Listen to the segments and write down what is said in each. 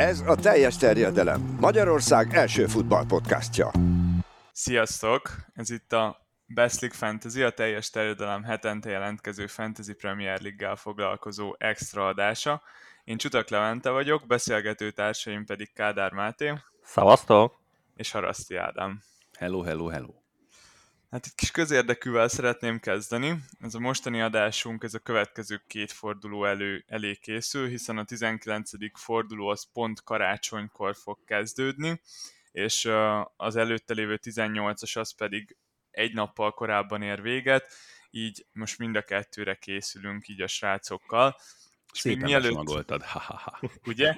Ez a Teljes Terjedelem, Magyarország első futballpodcastja. Sziasztok! Ez itt a Best League Fantasy, a Teljes Terjedelem hetente jelentkező Fantasy Premier League-gel foglalkozó extra adása. Én Csutak Levente vagyok, beszélgető társaim pedig Kádár Máté. Szavaztok! És Haraszti Ádám. Hello, hello, hello. Hát egy kis közérdekűvel szeretném kezdeni. Ez a mostani adásunk, ez a következő két forduló elé készül, hiszen a 19. forduló az pont karácsonykor fog kezdődni, és az előtte lévő 18-as az pedig egy nappal korábban ér véget, így most mind a kettőre készülünk így a srácokkal. Szépen besmagoltad, ha-ha-ha. Ugye?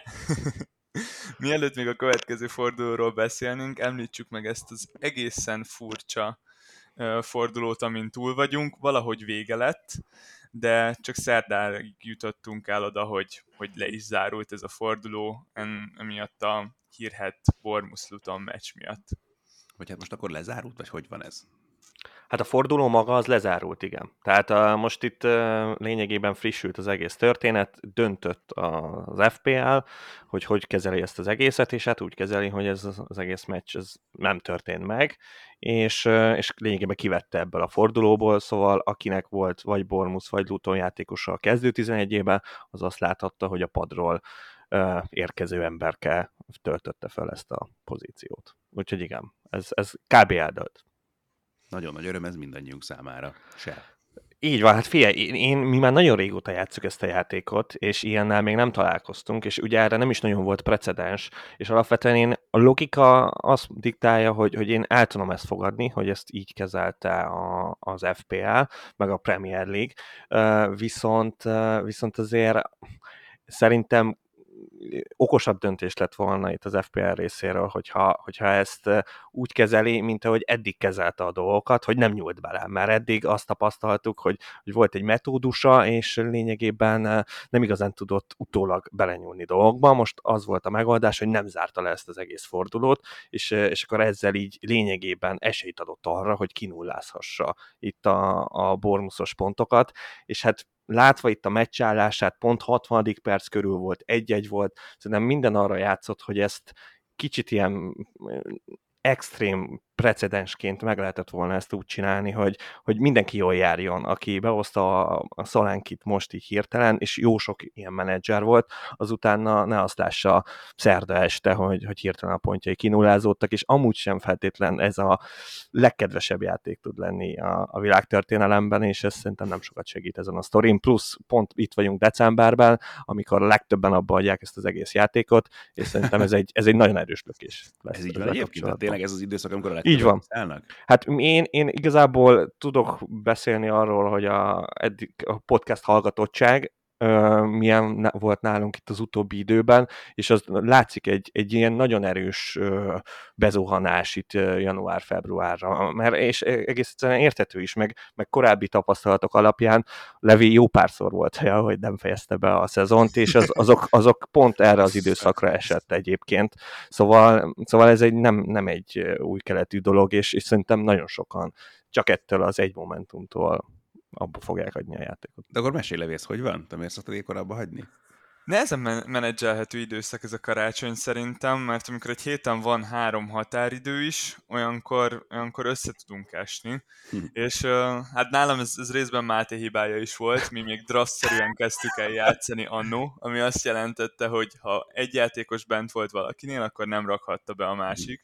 Mielőtt még a következő fordulóról beszélnénk, említsük meg ezt az egészen furcsa fordulót, amin túl vagyunk, valahogy vége lett, de csak szerdáig jutottunk el oda, hogy le is zárult ez a forduló, emiatt a hírhedt Bournemouth-Luton meccs miatt. Vagy hát most akkor lezárult, vagy hogy van ez? Hát a forduló maga az lezárult, igen. Tehát most itt lényegében frissült az egész történet, döntött az FPL, hogy kezeli ezt az egészet, és hát úgy kezeli, hogy ez az egész meccs ez nem történt meg, és lényegében kivette ebből a fordulóból, szóval akinek volt vagy Bournemouth, vagy Luton játékosa a kezdő 11-ében, az azt láthatta, hogy a padról érkező emberke töltötte fel ezt a pozíciót. Úgyhogy igen, ez kb. Eldölt. Nagyon nagy öröm ez mindannyiunk számára. Se. Így van, hát figyelj, mi már nagyon régóta játsszuk ezt a játékot, és ilyennel még nem találkoztunk, és ugye erre nem is nagyon volt precedens, és alapvetően a logika azt diktálja, hogy én el tudom ezt fogadni, hogy ezt így kezelte az FPL, meg a Premier League, viszont azért szerintem okosabb döntés lett volna itt az FPL részéről, hogyha ezt úgy kezeli, mint ahogy eddig kezelte a dolgokat, hogy nem nyúlt bele. Mert eddig azt tapasztaltuk, hogy volt egy metódusa, és lényegében nem igazán tudott utólag belenyúlni dolgokba. Most az volt a megoldás, hogy nem zárta le ezt az egész fordulót, és akkor ezzel így lényegében esélyt adott arra, hogy kinullázhassa itt a Bournemouthos pontokat, és hát látva itt a meccsállását, pont 60. perc körül volt, 1-1 volt, szerintem minden arra játszott, hogy ezt kicsit ilyen extrém precedensként meg lehetett volna ezt úgy csinálni, hogy mindenki jól járjon, aki behozta a Szalankit most így hirtelen, és jó sok ilyen menedzser volt, azutána ne azt lássa szerda este, hogy hirtelen a pontjai kinullázódtak, és amúgy sem feltétlen ez a legkedvesebb játék tud lenni a világtörténelemben, és ez szerintem nem sokat segít ezen a sztorin, plusz pont itt vagyunk decemberben, amikor a legtöbben abba adják ezt az egész játékot, és szerintem ez egy nagyon erős lökés. Ez így van egyébként, tényleg ez az időszak, amikor a így van. Állnak? Hát én igazából tudok beszélni arról, hogy eddig a podcast hallgatottság milyen volt nálunk itt az utóbbi időben, és az látszik egy ilyen nagyon erős bezuhanás itt január-februárra, mert és egész egyszerűen érthető is, meg korábbi tapasztalatok alapján Levi jó párszor volt, hogy nem fejezte be a szezont, és azok pont erre az időszakra esett egyébként. Szóval ez nem egy új keletű dolog, és szerintem nagyon sokan csak ettől az egy momentumtól abba fogják hagyni a játékot. De akkor mesélj, Levész, hogy van? Te miért szoktad ilyenkor abba hagyni? Nehezen menedzselhető időszak ez a karácsony szerintem, mert amikor egy héten van 3 határidő is, olyankor össze tudunk esni. És hát nálam ez részben Máté hibája is volt, mi még draftszerűen kezdtük el játszani annó, ami azt jelentette, hogy ha egy játékos bent volt valakinél, akkor nem rakhatta be a másik.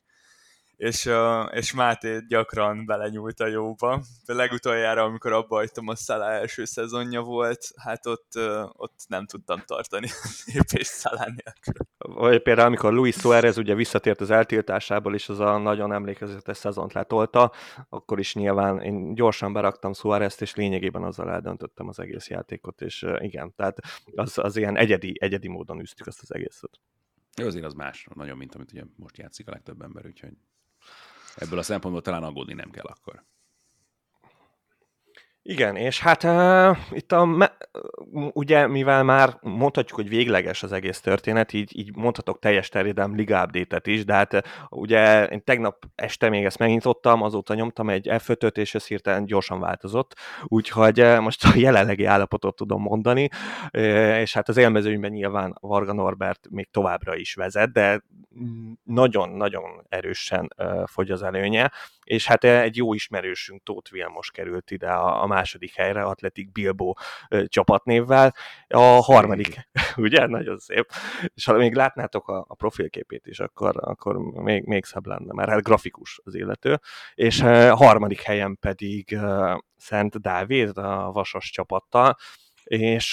És Máté gyakran belenyúlt a jóba. De legutoljára, amikor abba hagytam, a Salah első szezonja volt, hát ott nem tudtam tartani lépést Salah nélkül. Vagy például, amikor Luis Suárez ugye visszatért az eltiltásából, és az a nagyon emlékezetes szezont letolta, akkor is nyilván én gyorsan beraktam Suárezt, és lényegében azzal eldöntöttem az egész játékot, és igen, tehát az ilyen egyedi módon üztük azt az egészet. Jó, azért az más, nagyon, mint amit ugye most játszik a legtöbb ember, úgyhogy ebből a szempontból talán aggódni nem kell akkor. Igen, és hát itt ugye, mivel már mondhatjuk, hogy végleges az egész történet, így mondhatok teljes terjedelem Liga Update-et is, de hát ugye én tegnap este még ezt megnyitottam, azóta nyomtam egy F5-öt, és ez hirtelen gyorsan változott, úgyhogy most a jelenlegi állapotot tudom mondani, és hát az élmezőnyben nyilván Varga Norbert még továbbra is vezet, de nagyon-nagyon erősen fogy az előnye, és hát egy jó ismerősünk, Tóth Vilmos került ide a második helyre, Athletic Bilbao csapatnévvel, a harmadik, ugye? Nagyon szép. És ha még látnátok a profilképét is, akkor még szebb lenne, mert hát grafikus az illető. És a harmadik helyen pedig Szent Dávid, a Vasas csapattal, és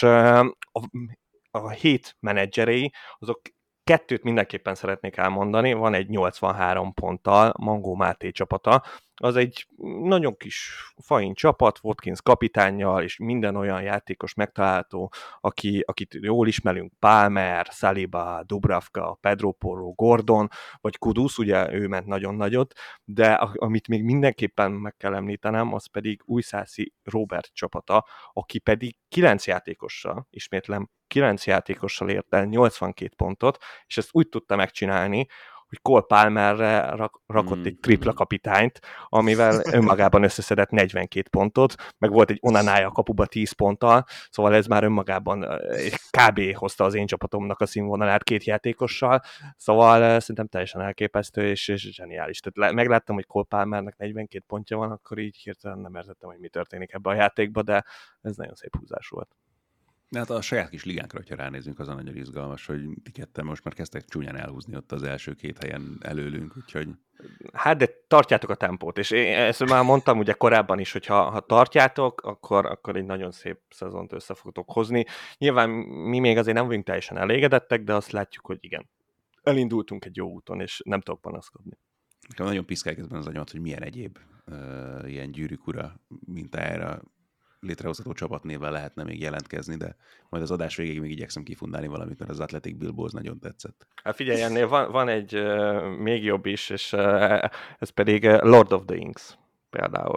a hét menedzserei, azok kettőt mindenképpen szeretnék elmondani, van egy 83 ponttal Mangó Máté csapata, az egy nagyon kis fain csapat, Watkins kapitánnyal, és minden olyan játékos megtalálható, akit jól ismerünk, Palmer, Saliba, Dubravka, Pedro Porro, Gordon, vagy Kudus, ugye ő ment nagyon nagyot, de amit még mindenképpen meg kell említenem, az pedig Újszászi Robert csapata, aki pedig 9 játékossal, ismétlem, 9 játékossal ért el 82 pontot, és ezt úgy tudta megcsinálni, hogy Cole Palmerre rakott egy tripla kapitányt, amivel önmagában összeszedett 42 pontot, meg volt egy Onanája a kapuba 10 ponttal, szóval ez már önmagában kb. Hozta az én csapatomnak a színvonalát 2 játékossal, szóval szerintem teljesen elképesztő és zseniális. Tehát megláttam, hogy Cole Palmernek 42 pontja van, akkor így hirtelen nem értettem, hogy mi történik ebbe a játékba, de ez nagyon szép húzás volt. De hát a saját kis ligánkra, hogyha ránézünk, az a nagyon izgalmas, hogy ti ketten most már kezdtek csúnyán elhúzni ott az első 2 helyen előlünk, úgyhogy... Hát, de tartjátok a tempót, és én ezt már mondtam ugye korábban is, hogy ha tartjátok, akkor egy nagyon szép szezont össze fogtok hozni. Nyilván mi még azért nem vagyunk teljesen elégedettek, de azt látjuk, hogy igen, elindultunk egy jó úton, és nem tudok panaszkodni. Nagyon piszkálják ezben az agyamat, hogy milyen egyéb ilyen Gyűrűk ura mintájára létrehozható csapatnévvel lehetne még jelentkezni, de majd az adás végéig még igyekszem kifundálni valamit, mert az Athletic Bilbao nagyon tetszett. Hát figyelj, ennél van egy még jobb is, és ez pedig Lord of the Rings például.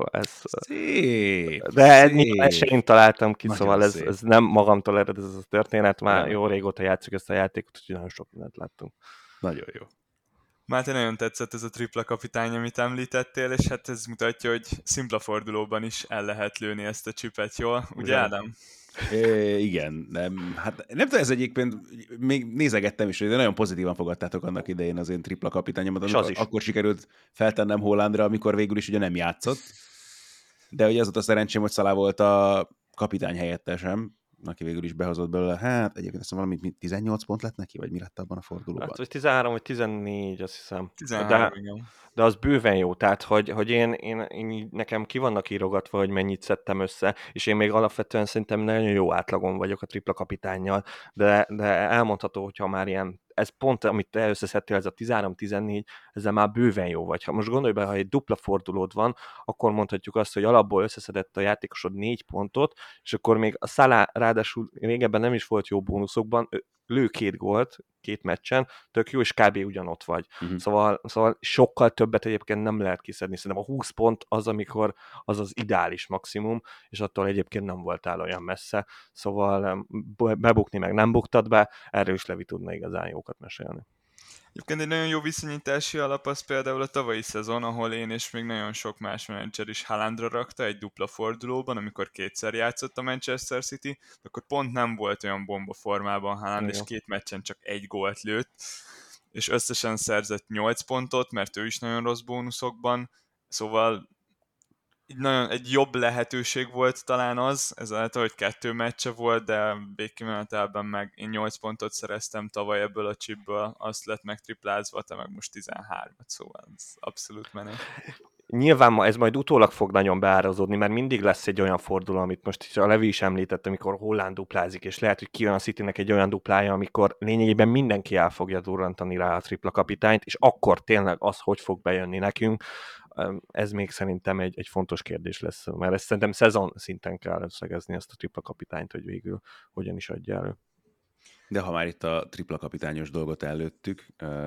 Szép! De ezt én találtam ki, Nagyon szóval ez nem magamtól ered ez a történet, már Nem. jó régóta játszuk ezt a játékot, úgyhogy nagyon sok mindent láttunk. Nagyon jó. Máté, nagyon tetszett ez a tripla kapitány, amit említettél, és hát ez mutatja, hogy szimpla fordulóban is el lehet lőni ezt a csipet jól. Ugye, Ádám? Igen, hát nem tudom, ez egyébként még nézegettem is, de nagyon pozitívan fogadtátok annak idején az én tripla kapitányomat, amikor akkor sikerült feltennem Hollandra, amikor végül is ugye nem játszott. De ugye az volt a szerencsém, hogy Salah volt a kapitány helyettesem, aki végül is behozott belőle, hát egyébként azt valami 18 pont lett neki, vagy mi lett abban a fordulóban? Hát, vagy 13, vagy 14, azt hiszem. 13, igen. De az bőven jó, tehát hogy én nekem ki vannak írogatva, hogy mennyit szedtem össze, és én még alapvetően szerintem nagyon jó átlagon vagyok a tripla kapitánnyal, de elmondható, hogyha már ilyen, ez pont, amit te összeszedtél, ez a 13-14, ezzel már bőven jó vagy. Ha most gondolj be, ha egy dupla fordulód van, akkor mondhatjuk azt, hogy alapból összeszedett a játékosod 4 pontot, és akkor még a Salah ráadásul régebben nem is volt jó bónuszokban, lő 2 gólt 2 meccsen, tök jó, és kb. Ugyanott vagy. Szóval sokkal többet egyébként nem lehet kiszedni. Szerintem a 20 pont az, amikor az ideális maximum, és attól egyébként nem voltál olyan messze. Szóval bebukni meg nem buktad be, erről is Levi tudna igazán jókat mesélni. Egyébként egy nagyon jó viszonyítási alap az például a tavalyi szezon, ahol én és még nagyon sok más menedzser is Haalandra rakta egy dupla fordulóban, amikor 2-szer játszott a Manchester City, akkor pont nem volt olyan bomba formában Haaland, és 2 meccsen csak 1 gólt lőtt, és összesen szerzett 8 pontot, mert ő is nagyon rossz bónuszokban, szóval egy jobb lehetőség volt talán az, ezáltal, hogy 2 meccse volt, de végkimenetelben meg én 8 pontot szereztem tavaly ebből a chipből, azt lett meg triplázva, te meg most 13-at, szóval ez abszolút menő. Nyilván ez majd utólag fog nagyon beárazódni, mert mindig lesz egy olyan forduló, amit most a Levi is említett, amikor Holland duplázik, és lehet, hogy kijön a Citynek egy olyan duplája, amikor lényegében mindenki el fogja durrantani rá a tripla kapitányt, és akkor tényleg az, hogy fog bejönni nekünk, ez még szerintem egy fontos kérdés lesz, mert ezt szerintem szezon szinten kell összegezni ezt a tripla kapitányt, hogy végül hogyan is adja elő. De ha már itt a tripla kapitányos dolgot előttük,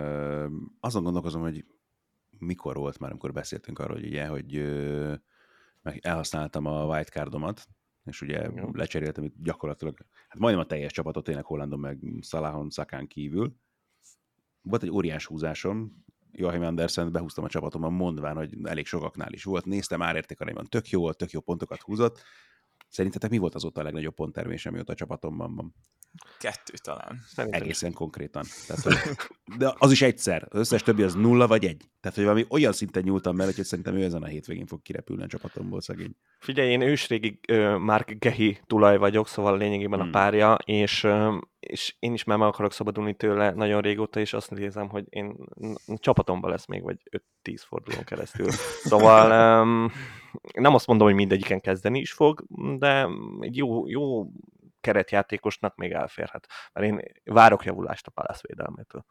azon gondolkozom, hogy mikor volt már, amikor beszéltünk arról, hogy ugye, hogy meg elhasználtam a wildcardomat, és ugye lecseréltem itt gyakorlatilag, hát majdnem a teljes csapatot, tényleg Hollandon meg Salahon, Sakán kívül. Volt egy óriás húzásom, Joachim Andersen behúztam a csapatomban, mondván, hogy elég sokaknál is volt. Néztem, árértékarányban tök jó volt, tök jó pontokat húzott. Szerintetek mi volt azóta a legnagyobb ponttermés, amióta a csapatomban van? 2 talán. Szerintem Egészen konkrétan. Tehát, de az is egyszer. Az összes többi az 0 vagy 1. Tehát, hogy valami olyan szinten nyúltam mellett, hogy szerintem ő ezen a hétvégén fog kirepülni a csapatomból, szegény. Figyelj, én ősrégi Mark Gehi tulaj vagyok, szóval lényegében a párja, és én is már meg akarok szabadulni tőle nagyon régóta, és azt nézem, hogy én csapatomban lesz még, vagy 5-10 fordulón keresztül. Szóval nem azt mondom, hogy mindegyiken kezdeni is fog, de egy jó keretjátékosnak még elférhet. Mert én várok javulást a Palace védelmétől.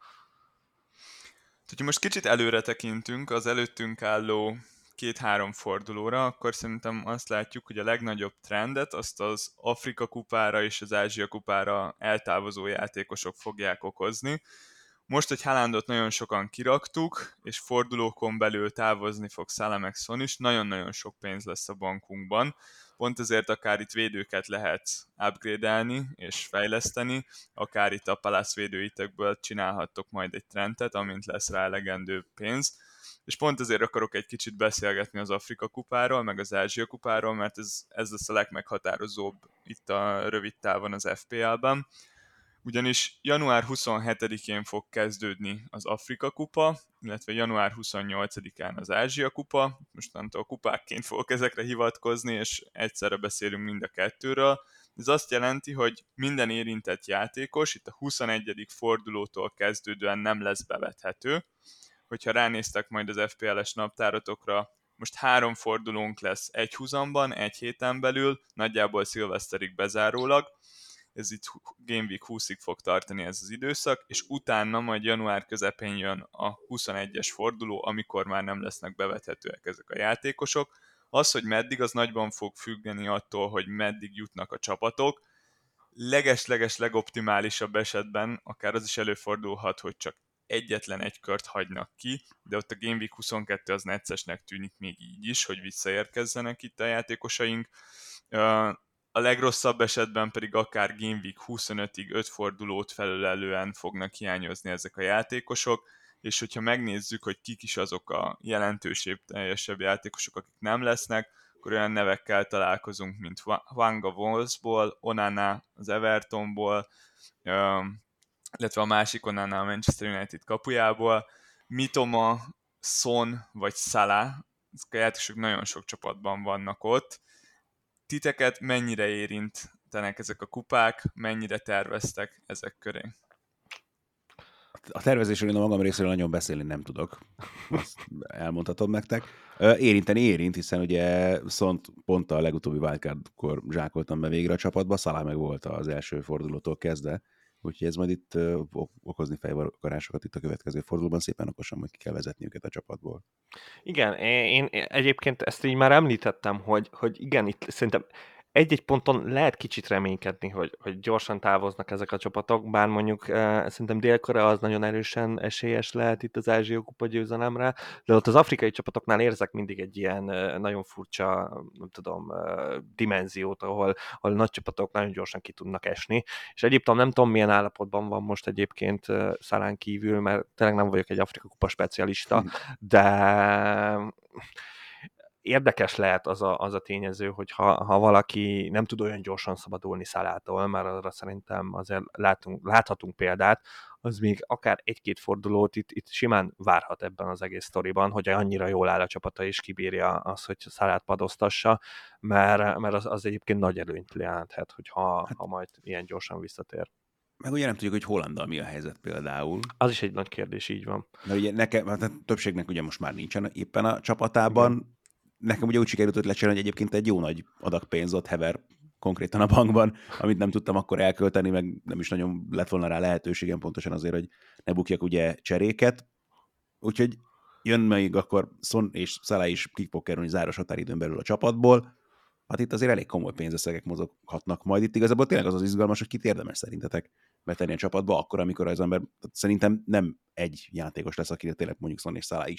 Ha most kicsit előre tekintünk az előttünk álló 2-3 fordulóra, akkor szerintem azt látjuk, hogy a legnagyobb trendet azt az Afrika kupára és az Ázsia kupára eltávozó játékosok fogják okozni. Most, hogy Haalandot nagyon sokan kiraktuk, és fordulókon belül távozni fog Salah meg Son is, nagyon-nagyon sok pénz lesz a bankunkban. Pont ezért akár itt védőket lehet upgrade-elni és fejleszteni, akár itt a Palace védőitekből csinálhattok majd egy trendet, amint lesz rá elegendő pénz. És pont ezért akarok egy kicsit beszélgetni az Afrika kupáról, meg az Ázsia kupáról, mert ez lesz a legmeghatározóbb itt a rövid távon az FPL-ben. Ugyanis január 27-én fog kezdődni az Afrika kupa, illetve január 28-án az Ázsia kupa. Mostantól kupákként fogok ezekre hivatkozni, és egyszerre beszélünk mind a kettőről. Ez azt jelenti, hogy minden érintett játékos itt a 21. fordulótól kezdődően nem lesz bevethető. Hogyha ránéztek majd az FPL-es naptáratokra, most 3 fordulónk lesz egy húzamban, egy héten belül, nagyjából szilveszterig bezárólag. Ez itt Game Week 20-ig fog tartani ez az időszak, és utána majd január közepén jön a 21-es forduló, amikor már nem lesznek bevethetőek ezek a játékosok. Az, hogy meddig, az nagyban fog függeni attól, hogy meddig jutnak a csapatok. Leges-leges legoptimálisabb esetben akár az is előfordulhat, hogy csak egyetlen egy kört hagynak ki, de ott a Game Week 22 az neccesnek tűnik még így is, hogy visszaérkezzenek itt a játékosaink. A legrosszabb esetben pedig akár Game Week 25-ig 5 fordulót felölelően fognak hiányozni ezek a játékosok, és hogyha megnézzük, hogy kik is azok a jelentősebb, teljesebb játékosok, akik nem lesznek, akkor olyan nevekkel találkozunk, mint Wanga Wolvesból, Onana az Evertonból, illetve a másik Onana a Manchester United kapujából, Mitoma, Son vagy Salah, ezek a játékosok nagyon sok csapatban vannak ott. Titeket mennyire érintenek ezek a kupák, mennyire terveztek ezek köré? A tervezésről én a magam részéről nagyon beszélni nem tudok. Azt elmondhatom nektek. Érint, hiszen ugye Szont pont a legutóbbi wildcardkor zsákoltam be végre a csapatba, Salah meg volt az első fordulótól kezdve, úgyhogy ez majd itt okozni fejvakarásokat itt a következő fordulóban, szépen okosan majd ki kell vezetni őket a csapatból. Igen, én egyébként ezt így már említettem, hogy igen, itt szerintem egy-egy ponton lehet kicsit reménykedni, hogy gyorsan távoznak ezek a csapatok, bár mondjuk szerintem Dél-Korea az nagyon erősen esélyes lehet itt az Ázsia kupa győzelemre, de ott az afrikai csapatoknál érzek mindig egy ilyen nagyon furcsa, nem tudom, dimenziót, ahol nagy csapatok nagyon gyorsan ki tudnak esni, és Egyiptom nem tudom milyen állapotban van most egyébként Salahn kívül, mert tényleg nem vagyok egy Afrika kupa specialista, de érdekes lehet az a tényező, hogy ha valaki nem tud olyan gyorsan szabadulni Salahtól, mert arra szerintem azért láthatunk példát, az még akár egy-két fordulót itt simán várhat ebben az egész sztoriban, hogy annyira jól áll a csapata és kibírja az, hogy Salaht padoztassa, mert az egyébként nagy előnyt jelenthet, ha majd ilyen gyorsan visszatér. Meg ugye nem tudjuk, hogy Hollanddal mi a helyzet például. Az is egy nagy kérdés, így van. De ugye nekem, hát a többségnek ugye most már nincsen éppen a csapatában. Igen. Nekem ugye úgy sikerült ott lecserélni, hogy egyébként egy jó nagy adag pénz ott hever konkrétan a bankban, amit nem tudtam akkor elkölteni, meg nem is nagyon lett volna rá lehetőségem pontosan azért, hogy ne bukjak ugye cseréket. Úgyhogy jön még akkor Son és Salah is kickpokkerülni záros határidőn belül a csapatból. Hát itt azért elég komoly pénzösszegek mozoghatnak majd. Itt igazából tényleg az izgalmas, hogy kit érdemes szerintetek betenni a csapatba, akkor, amikor az ember szerintem nem egy játékos lesz, akire tényleg mondjuk Son és Salah is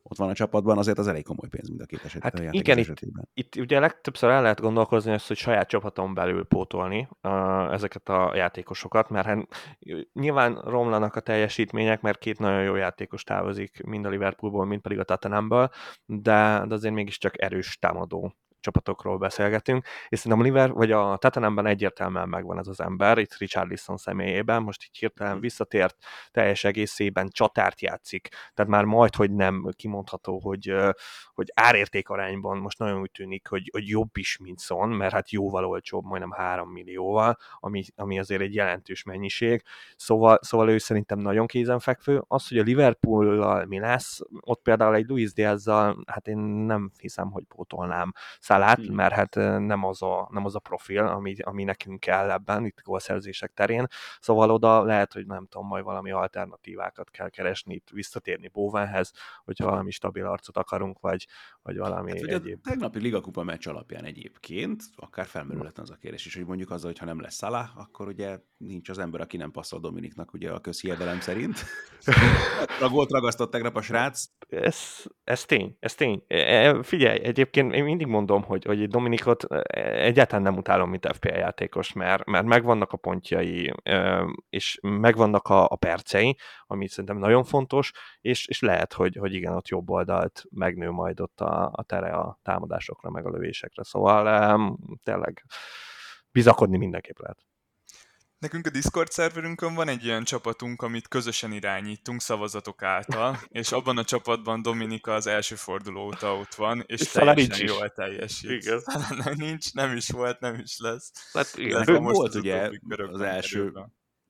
ott van a csapatban, azért az elég komoly pénz mind a két Hát játékos igen, esetében. itt ugye legtöbbször el lehet gondolkozni azt, hogy saját csapaton belül pótolni ezeket a játékosokat, mert hát nyilván romlanak a teljesítmények, mert két nagyon jó játékos távozik, mind a Liverpoolból, mind pedig a Tottenhamből, de azért mégiscsak erős támadó csapatokról beszélgetünk, és szerintem a Liverpool, vagy a Tottenhamben egyértelműen megvan ez az ember, itt Richarlison személyében, most így hirtelen visszatért, teljes egészében csatárt játszik, tehát már majd, hogy nem kimondható, hogy árérték arányban most nagyon úgy tűnik, hogy jobb is, mint Son, mert hát jóval olcsóbb, majdnem 3 millióval, ami azért egy jelentős mennyiség, szóval ő szerintem nagyon kézenfekvő. Az, hogy a Liverpool-lal mi lesz, ott például egy Luis Diazzal, hát én nem hiszem, hogy pótolnám Salát, mert hát nem az a profil, ami nekünk kell ebben, itt gólszerzések terén, szóval oda lehet, hogy nem tudom, majd valami alternatívákat kell keresni, itt visszatérni Bowenhez, hogyha valami stabil arcot akarunk, vagy valami hát, egyéb. A tegnapi ligakupa meccs alapján egyébként akár felmerülhetne az a kérdés is, hogy mondjuk azzal, hogy ha nem lesz Salah, akkor ugye nincs az ember, aki nem passzol Dominiknak ugye a közhiedelem szerint. A gólt ragasztott tegnap a srác. Ez tény. Figyelj, egyébként én mindig mondom, hogy Dominikot egyáltalán nem utálom, mint FPL játékos, mert megvannak a pontjai, és megvannak a percei, ami szerintem nagyon fontos, és lehet, hogy igen, ott jobb oldalt megnő majd ott a tere a támadásokra, meg a lövésekre. Szóval tényleg bizakodni mindenképp lehet. Nekünk a Discord szerverünkön van egy olyan csapatunk, amit közösen irányítunk szavazatok által, és abban a csapatban Dominika az első forduló óta ott van, és teljesen jól teljesít. Igen. Nincs, nem is volt, nem is lesz. Hát igen, Illetve most volt ugye az első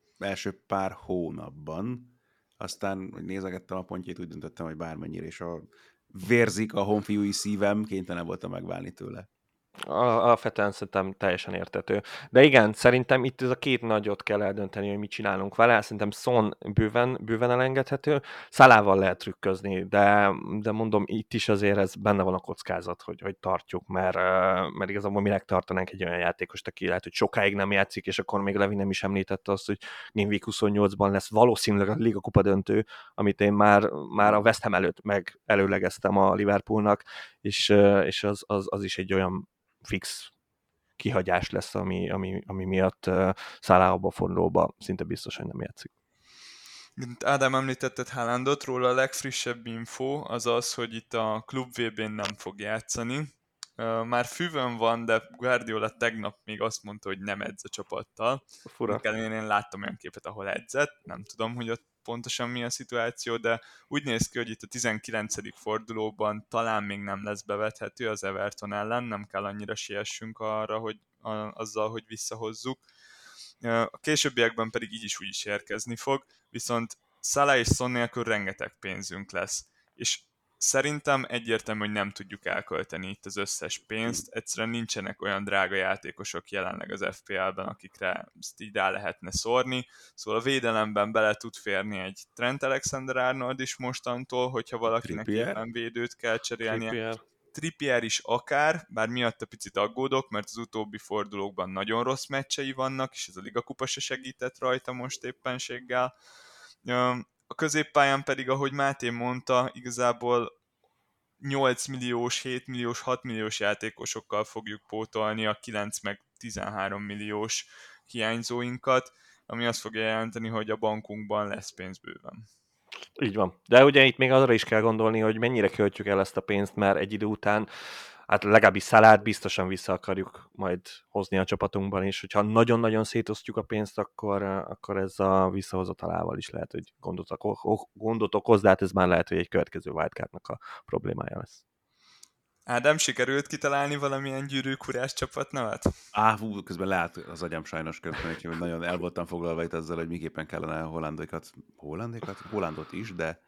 pár hónapban, aztán, hogy nézegettem a pontjait, úgy döntöttem, hogy bármennyire, és vérzik a honfiúi szívem, kénytelen voltam megválni tőle. Alapvetően szerintem teljesen értető. De igen, szerintem itt ez a két nagyot kell eldönteni, hogy mit csinálunk vele. Szerintem Son bőven elengedhető. Salával lehet trükközni, de mondom, itt is azért ez benne van a kockázat, hogy tartjuk, mert igazából minek tartanánk egy olyan játékost, aki lehet, hogy sokáig nem játszik, és akkor még Levi nem is említette azt, hogy Game Week 28-ban lesz valószínűleg a Liga Kupa döntő, amit én már a West Ham előtt meg előlegeztem a Liverpoolnak, és az is egy olyan fix kihagyás lesz, ami miatt Salah abba a fordulóba szinte biztos, hogy nem játszik. Mint Ádám említetted Haalandot, róla a legfrissebb info az az, hogy itt a Klub VB-n nem fog játszani. Már füvön van, de Guardiola tegnap még azt mondta, hogy nem edz a csapattal. Fura. Én láttam olyan képet, ahol edzett, nem tudom, hogy ott pontosan mi a szituáció, de úgy néz ki, hogy itt a 19. fordulóban talán még nem lesz bevethető az Everton ellen, nem kell annyira siessünk arra, hogy azzal, hogy visszahozzuk. A későbbiekben pedig így is úgy is érkezni fog, viszont Salah és Son nélkül rengeteg pénzünk lesz, és szerintem egyértelmű, hogy nem tudjuk elkölteni itt az összes pénzt, egyszerűen nincsenek olyan drága játékosok jelenleg az FPL-ben, akikre ezt így rá lehetne szórni, szóval a védelemben bele tud férni egy Trent Alexander-Arnold is mostantól, hogyha valakinek éppen védőt kell cserélnie. Trippier is akár, bár miatta picit aggódok, mert az utóbbi fordulókban nagyon rossz meccsei vannak, és ez a ligakupa se segített rajta most éppenséggel. A középpályán pedig, ahogy Máté mondta, igazából 8 milliós, 7 milliós, 6 milliós játékosokkal fogjuk pótolni a 9 meg 13 milliós hiányzóinkat, ami azt fogja jelenteni, hogy a bankunkban lesz pénz bőven. Így van. De ugye itt még arra is kell gondolni, hogy mennyire költjük el ezt a pénzt, mert egy idő után hát legalábbis Salát biztosan vissza akarjuk majd hozni a csapatunkban is. Hogyha nagyon-nagyon szétosztjuk a pénzt, akkor ez a visszahozatalával is lehet, hogy gondot okoz, de hát ez már lehet, hogy egy következő wildcardnak a problémája lesz. Ádám, sikerült kitalálni valamilyen gyűrűkurás csapatnevet? Közben leállt az agyam sajnos közben, úgyhogy nagyon el voltam foglalva itt azzal, hogy miképpen kellene a Hollandot is, de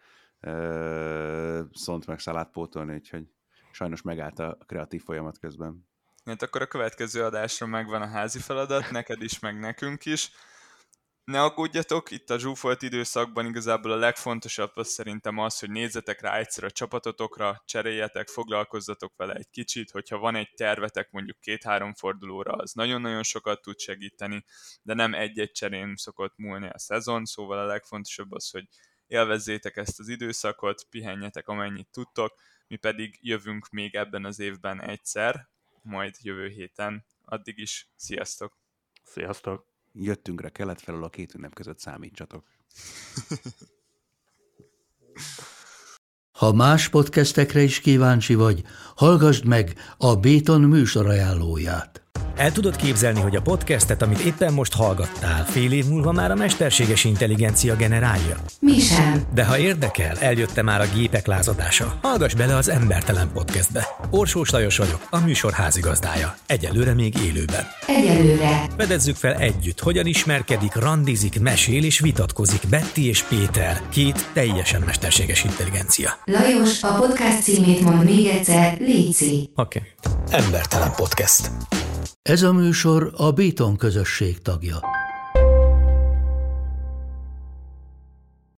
Sont meg Salát pótolni, úgyhogy sajnos megállt a kreatív folyamat közben. Hát akkor a következő adásra megvan a házi feladat, neked is, meg nekünk is. Ne aggódjatok, itt a zsúfolt időszakban igazából a legfontosabb az szerintem az, hogy nézzetek rá egyszer a csapatotokra, cseréljetek, foglalkozzatok vele egy kicsit, hogyha van egy tervetek mondjuk 2-3 fordulóra, az nagyon-nagyon sokat tud segíteni, de nem egy-egy cserén szokott múlni a szezon, szóval a legfontosabb az, hogy élvezzétek ezt az időszakot, pihenjetek amennyit tudtok, mi pedig jövünk még ebben az évben egyszer, majd jövő héten. Addig is, sziasztok! Sziasztok! Jöttünk rá kelet felől, a két ünnep között számítsatok. Ha más podcastekre is kíváncsi vagy, hallgassd meg a Béton műsor ajánlóját. El tudod képzelni, hogy a podcastet, amit éppen most hallgattál, fél év múlva már a mesterséges intelligencia generálja? Mi sem. De ha érdekel, eljötte már a gépek lázadása. Hallgass bele az Embertelen Podcastbe. Orsós Lajos vagyok, a műsor házigazdája. Egyelőre még élőben. Egyelőre. Fedezzük fel együtt, hogyan ismerkedik, randizik, mesél és vitatkozik Betty és Péter, két teljesen mesterséges intelligencia. Lajos, a podcast címét mond még egyszer, léci. Oké. Embertelen Podcast. Ez a műsor a Béton közösség tagja.